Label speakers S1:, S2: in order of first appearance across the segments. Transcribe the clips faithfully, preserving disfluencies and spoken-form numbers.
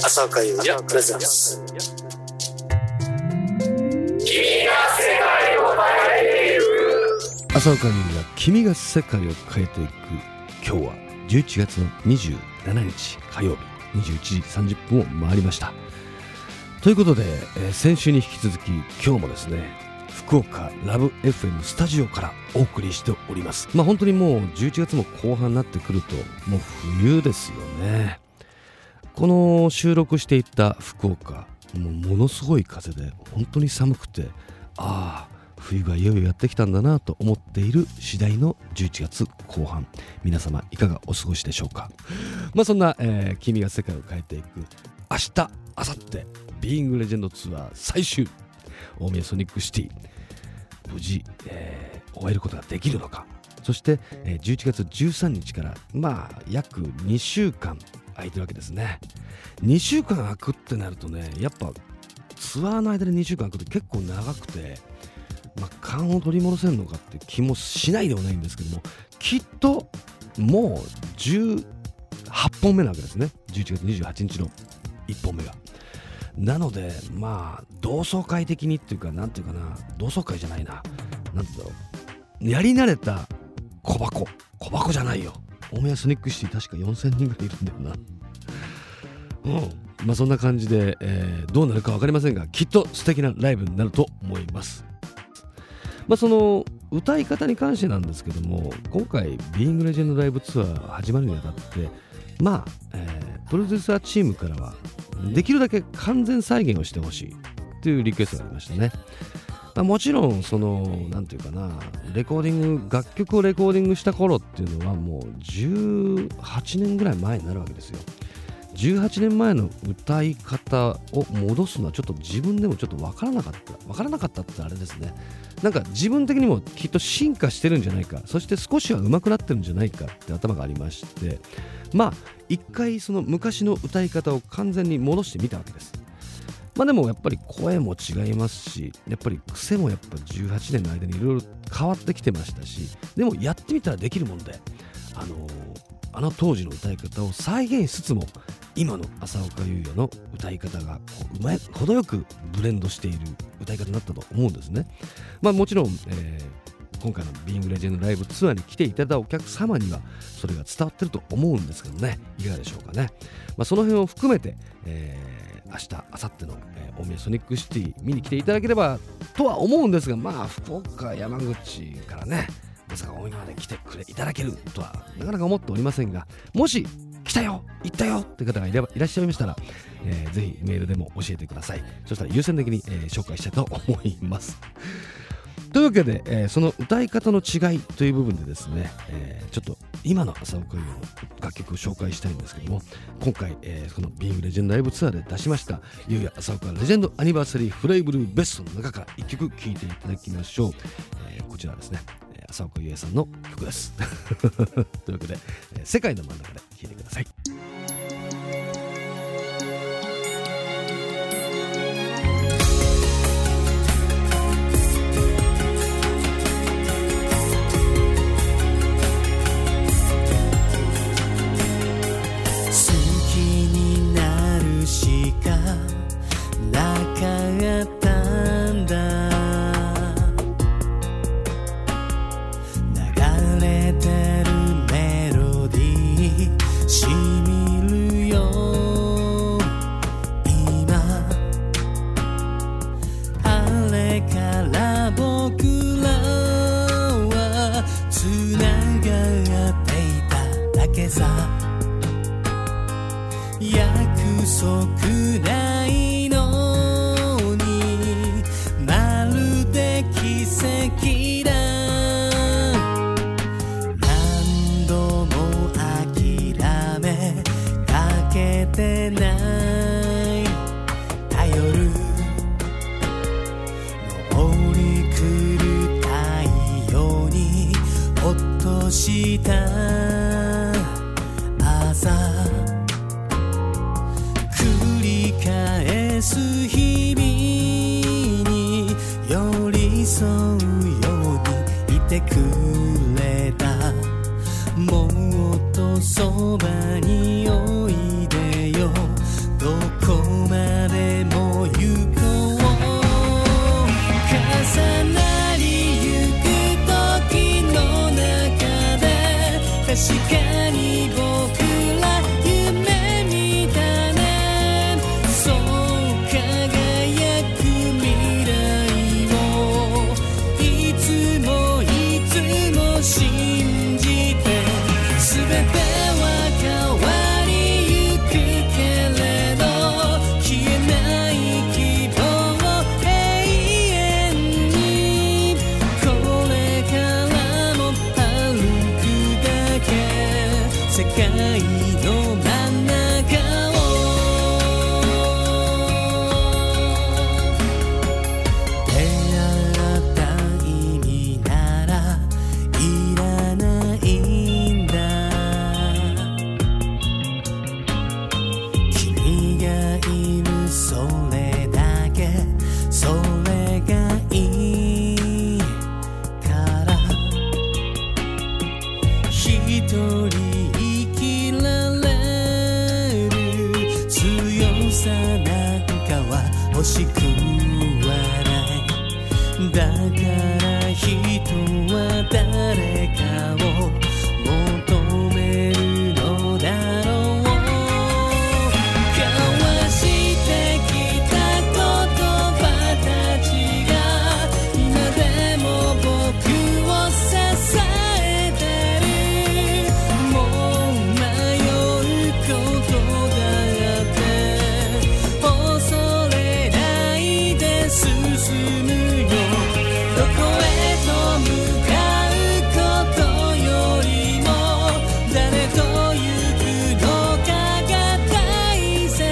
S1: 浅岡優也プレゼンツ。君が世界を変えていく。
S2: 浅岡優也が君が世界を変えていく。今日はじゅういちがつのにじゅうしちにち火曜日にじゅういちじさんじゅっぷんを回りました。ということで、えー、先週に引き続き今日もですね、福岡ラブ エフエム スタジオからお送りしております。まあ本当にもうじゅういちがつも後半になってくるともう冬ですよね。この収録していた福岡、もうものすごい風で本当に寒くて、ああ冬がいよいよやってきたんだなと思っている次第のじゅういちがつこう半、皆様いかがお過ごしでしょうか。まあそんな、えー、君が世界を変えていく、明日明後日ビーイングレジェンドツアー最終大宮ソニックシティ、無事、えー、終えることができるのか。そして、えー、じゅういちがつじゅうさんにちからまあ約にしゅうかん空いてるわけですね。にしゅうかん空くってなるとね、やっぱツアーの間でにしゅうかん空くって結構長くて、まあ、勘を取り戻せるのかって気もしないではないんですけども、きっともうじゅうはっぽんめなわけですね。じゅういちがつにじゅうはちにちのいっぽんめが。なのでまあ同窓会的にっていうか、なんていうかな、同窓会じゃないな、なんていうんだろう、やり慣れた小箱小箱じゃないよ、大宮ソニックシティ確かよんせんにんぐらいいるんだよな。うん、まあそんな感じで、えー、どうなるか分かりませんが、きっと素敵なライブになると思います。まあその歌い方に関してなんですけども、今回ビーイングレジェンドライブツアー始まるにあたって、まあ、えー、プロデューサーチームからはできるだけ完全再現をしてほしいというリクエストがありましたね。まあ、もちろんそのなんていうかな、レコーディング楽曲をレコーディングした頃っていうのはもうじゅうはちねんぐらい前になるわけですよ。じゅうはちねんまえの歌い方を戻すのはちょっと自分でもちょっと分からなかった分からなかったってあれですね。なんか自分的にもきっと進化してるんじゃないか、そして少しは上手くなってるんじゃないかって頭がありまして、まあ一回その昔の歌い方を完全に戻してみたわけです。まあでもやっぱり声も違いますし、やっぱり癖もやっぱじゅうはちねんの間にいろいろ変わってきてましたし、でもやってみたらできるもんで、あのー、あの当時の歌い方を再現しつつも今の浅岡優也の歌い方がこううまい程よくブレンドしている歌い方になったと思うんですね。まあもちろん、えー、今回のビーイングレジェンドライブツアーに来ていただいたお客様にはそれが伝わってると思うんですけどね、いかがでしょうかね。まあ、その辺を含めて、えー、明日明後日の、えー、大宮ソニックシティ見に来ていただければとは思うんですが、まあ福岡山口からね、まさか大宮まで来てくれいただけるとはなかなか思っておりませんが、もし来たよ行ったよって方がいればいらっしゃいましたら、えー、ぜひメールでも教えてください。そしたら優先的に、えー、紹介したいと思います。というわけで、えー、その歌い方の違いという部分でですね、えー、ちょっと今の浅岡優也の楽曲を紹介したいんですけども、今回、えー、このビーイングレジェンドライブツアーで出しました優也浅岡レジェンドアニバーサリーフレイブルーベストの中からいっきょく聴いていただきましょう。えー、こちらはですね、浅岡優也さんの曲ですというわけで、えー、世界の真ん中で聴いてください。
S3: 約束ないのにまるで奇跡だ。何度も諦めかけてない頼る昇り来る太陽にほっとした朝、繰り返す日々に寄り添うようにいてくれた。もっとそばにおいでよ、どこ欲しくはないだから人は誰かを求めるのだろう交わしてきた言葉たちが今でも僕を支えてるもう迷うことだって恐れないで進むよどこへと向かうことよりも誰と行くのかが大切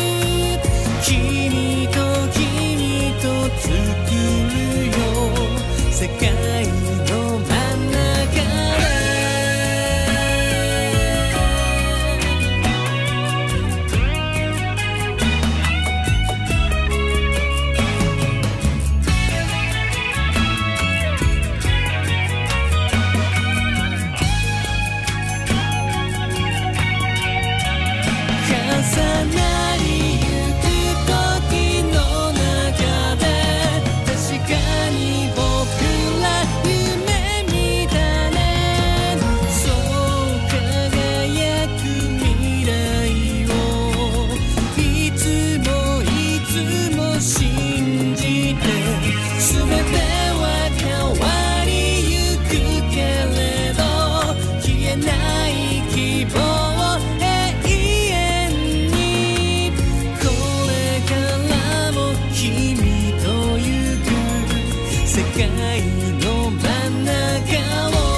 S3: 君と君と作るよ世界の真ん中で重なりゆく時の中で確かに僕ら夢見たねそう輝く未来をいつもいつも信じて全ては変わりゆくけれど消えない希望世界の真ん中を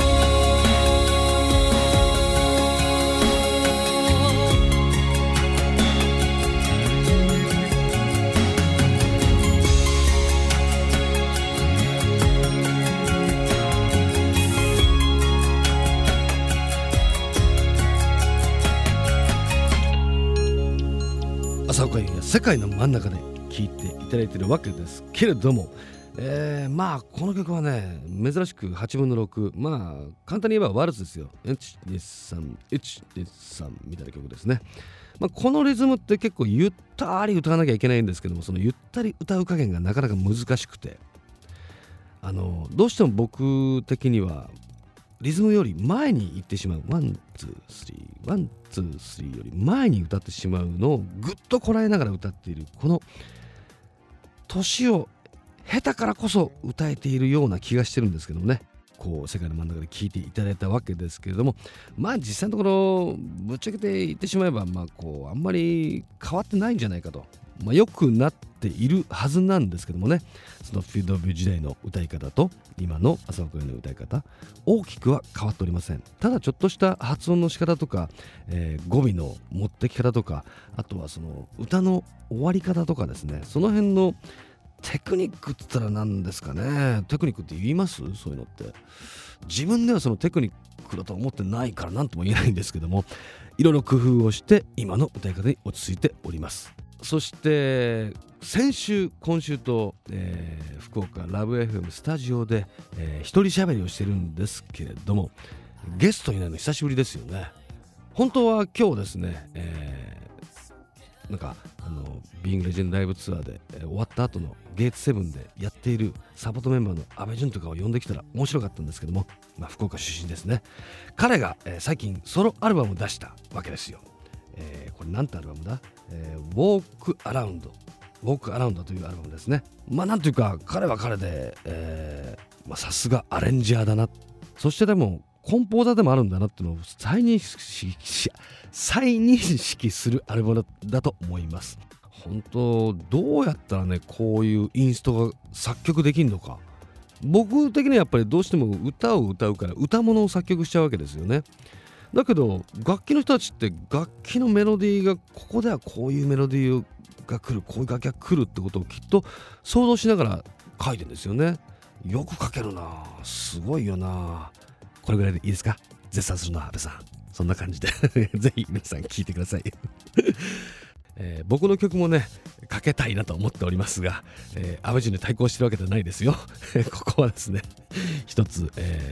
S2: 朝岡優也世界の真ん中で聴いていただいているわけですけれども、えー、まあこの曲はね珍しくはちぶんのろく、まあ簡単に言えばワルツですよ。いちにさんいちにさんみたいな曲ですね。まあ、このリズムって結構ゆったり歌わなきゃいけないんですけども、そのゆったり歌う加減がなかなか難しくて、あのどうしても僕的にはリズムより前に行ってしまうワンツースリーワンツースリーより前に歌ってしまうのをぐっとこらえながら歌っているこの年を下手からこそ歌えているような気がしてるんですけどもね、こう世界の真ん中で聴いていただいたわけですけれども、まあ実際のところぶっちゃけて言ってしまえば、まあこうあんまり変わってないんじゃないかと、まあ、よくなっているはずなんですけどもね、そのフィールドビュー時代の歌い方と今の朝岡優の歌い方大きくは変わっておりません。ただちょっとした発音の仕方とか、えー、語尾の持ってき方とか、あとはその歌の終わり方とかですね、その辺のテクニックって言ったら何ですかね。テクニックって言います？そういうのって自分ではそのテクニックだと思ってないから何とも言えないんですけども、いろいろ工夫をして今の歌い方に落ち着いております。そして先週今週と、えー、福岡ラブ エフエム スタジオで、えー、一人喋りをしてるんですけれども、ゲストいないの久しぶりですよね。本当は今日ですね、えー、なんかあのビーイングレジェンドライブツアーで、えー、終わった後のゲーツセブンでやっているサポートメンバーの阿部淳とかを呼んできたら面白かったんですけども、まあ、福岡出身ですね。彼が、えー、最近ソロアルバムを出したわけですよ。えー、これなんてアルバムだ、えー、Walk Around Walk Around というアルバムですね。まあなんというか彼は彼で、えーまあ、さすがアレンジャーだな、そしてでもコンポーザーでもあるんだなっていうのを再認識し再認識するアルバムだと思います。本当どうやったらねこういうインストが作曲できるのか、僕的にはやっぱりどうしても歌を歌うから歌物を作曲しちゃうわけですよね。だけど楽器の人たちって楽器のメロディーがここではこういうメロディーが来る、こういう楽器が来るってことをきっと想像しながら書いてるんですよね。よく書けるな、すごいよな。これぐらいでいいですか？絶賛するのは阿部さん、そんな感じでぜひ皆さん聴いてくださいえー、僕の曲もねかけたいなと思っておりますが、えー、阿部淳に対抗してるわけじゃないですよここはですね一つ、えー、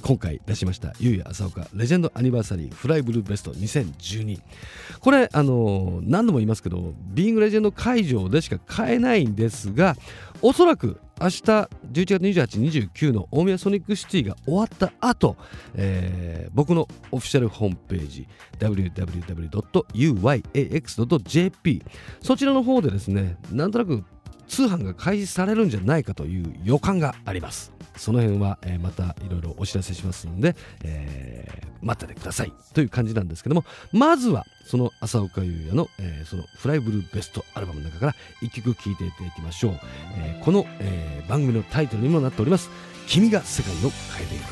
S2: 今回出しましたゆうや浅岡レジェンドアニバーサリーフライブルーベストにせんじゅうに、これあの何度も言いますけどビーイングレジェンド会場でしか買えないんですが、おそらく明日じゅういちがつにじゅうはち、にじゅうくの大宮ソニックシティが終わった後、えー、僕のオフィシャルホームページ ダブリューダブリューダブリュードットユーワイエーエックスドットジェーピー そちらの方でですね、なんとなく通販が開始されるんじゃないかという予感があります。その辺は、えー、またいろいろお知らせしますので、えー、待っててくださいという感じなんですけども、まずはその浅岡優也の、えー、そのフライブルーベストアルバムの中からいっきょく聴いていただきましょう。えー、この、えー、番組のタイトルにもなっております君が世界を変えていく。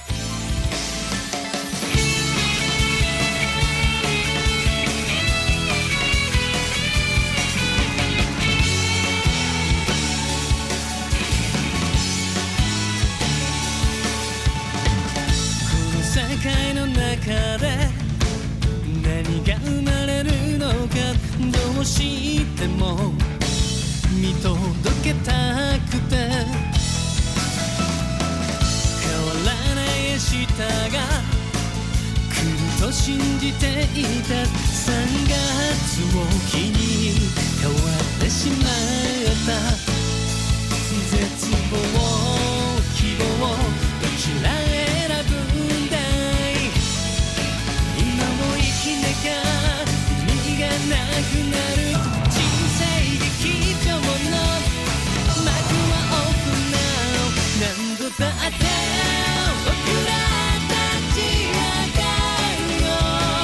S3: 世界の中で何が生まれるのかどうしても見届けたくて、変わらない明日が来ると信じていた。さんがつを機に変わってしまった絶望希望どちら選ぶんだ。意味がなくなる人生劇場の幕はオープンな何度だって僕ら立ち上がるよ。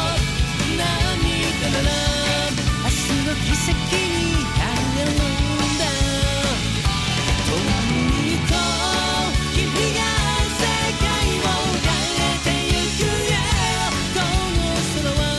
S3: 涙なら明日の奇跡になれるんだ。遠いと君が世界を変えてゆくよ。この空は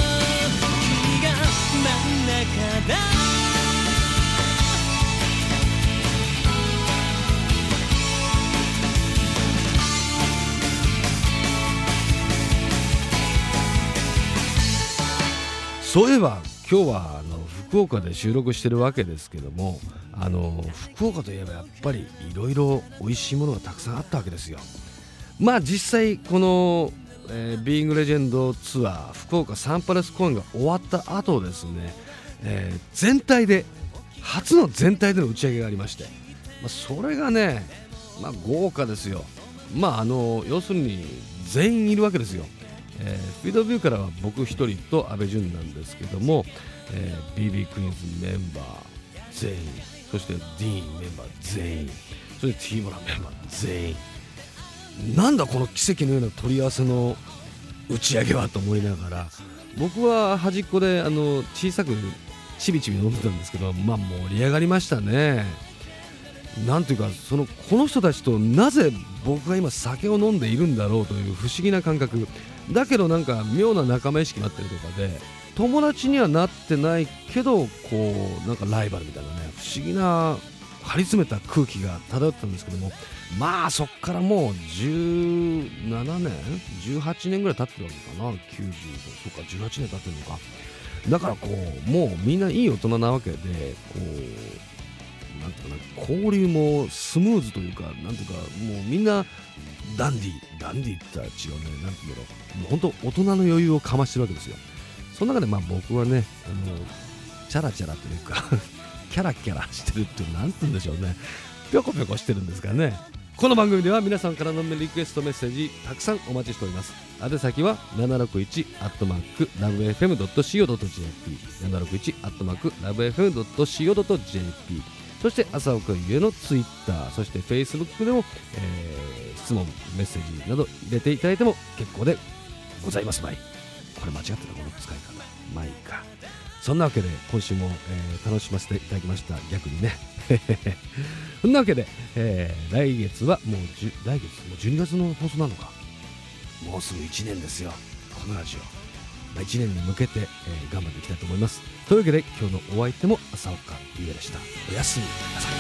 S2: そういえば今日はあの福岡で収録してるわけですけども、あの福岡といえばやっぱりいろいろ美味しいものがたくさんあったわけですよ。まあ実際この、えー、ビーイングレジェンドツアー福岡サンパレス公演が終わった後ですね、えー、全体で初の全体での打ち上げがありまして、まあ、それがね、まあ、豪華ですよ。まああの要するに全員いるわけですよ。えー、フィードビューからは僕一人と阿部淳なんですけども、えー、ビービー クイーンズメンバー全員、そしてディーンメンバー全員、そしてティーモラメンバー全員、なんだこの奇跡のような取り合わせの打ち上げはと思いながら、僕は端っこであの小さくちびちび飲んでたんですけど、まあ盛り上がりましたね。なんていうか、そのこの人たちとなぜ僕が今酒を飲んでいるんだろうという不思議な感覚だけど、なんか妙な仲間意識になってるとかで、友達にはなってないけどこうなんかライバルみたいなね、不思議な張り詰めた空気が漂ってたんですけども、まあそっからもうじゅうななねんじゅうはちねんぐらい経ってるわけかな。きゅうじゅうご、そうかじゅうはちねん経ってるのか。だからこうもうみんないい大人なわけで、こうなんていうかな、交流もスムーズというか、なんていうか、もうみんなダンディダンディって言ったら違うね、なんていうんだろう、もう本当大人の余裕をかましてるわけですよ。その中でまあ僕はね、あのチャラチャラというかキャラキャラしてるっていう、なんて言うんでしょうね、ぴょこぴょこしてるんですかね。この番組では皆さんからのリクエストメッセージたくさんお待ちしております。宛先は ななろくいち アットマーク ラブエフエム ドット シーオー ドット ジェーピー ななろくいち アットマーク ラブエフエム ドット シーオー ドット ジェーピー、 そして浅岡優のツイッター、そしてフェイスブックでも、えー、質問メッセージなど入れていただいても結構でございますばい。これ間違ってた、この使い方まあいいか。そんなわけで今週も、えー、楽しませていただきました。逆にねそんなわけで、えー、来月はもうじゅ来月もうじゅうにがつの放送なのか。もうすぐいちねんですよ、このラジオ。まあ、いちねんに向けて、えー、頑張っていきたいと思います。というわけで今日のお相手も浅岡優也でした。おやすみなさい。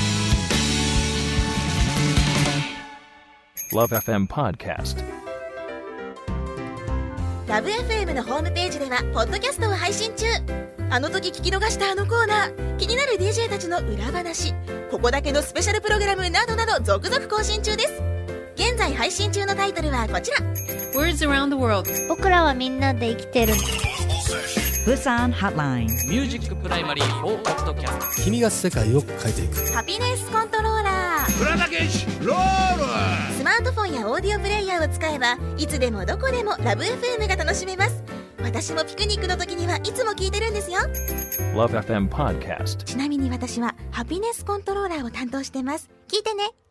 S1: Love エフエム Podcast.
S4: ラブ エフエム のホームページではポッドキャストを配信中。あの時聞き逃したあのコーナー、気になる ディージェー たちの裏話、ここだけのスペシャルプログラムなどなど続々更新中です。現在配信中のタイトルはこちら。
S5: Words around the world。
S6: 僕らはみんなで生きてる。
S7: ブサンハッライン。
S3: ミュージックプライマリーフォーポッドキャスト。
S2: 君が世界を変えていく。
S4: ハピネスコントローラー。
S1: プラダケシロール。
S4: スマートフォンやオーディオプレイヤーを使えばいつでもどこでもラブ エフエム が楽しめます。私もピクニックの時にはいつも聞いてるんですよ。
S8: Love エフエム Podcast。
S4: ちなみに私はハピネスコントローラーを担当してます。聞いてね。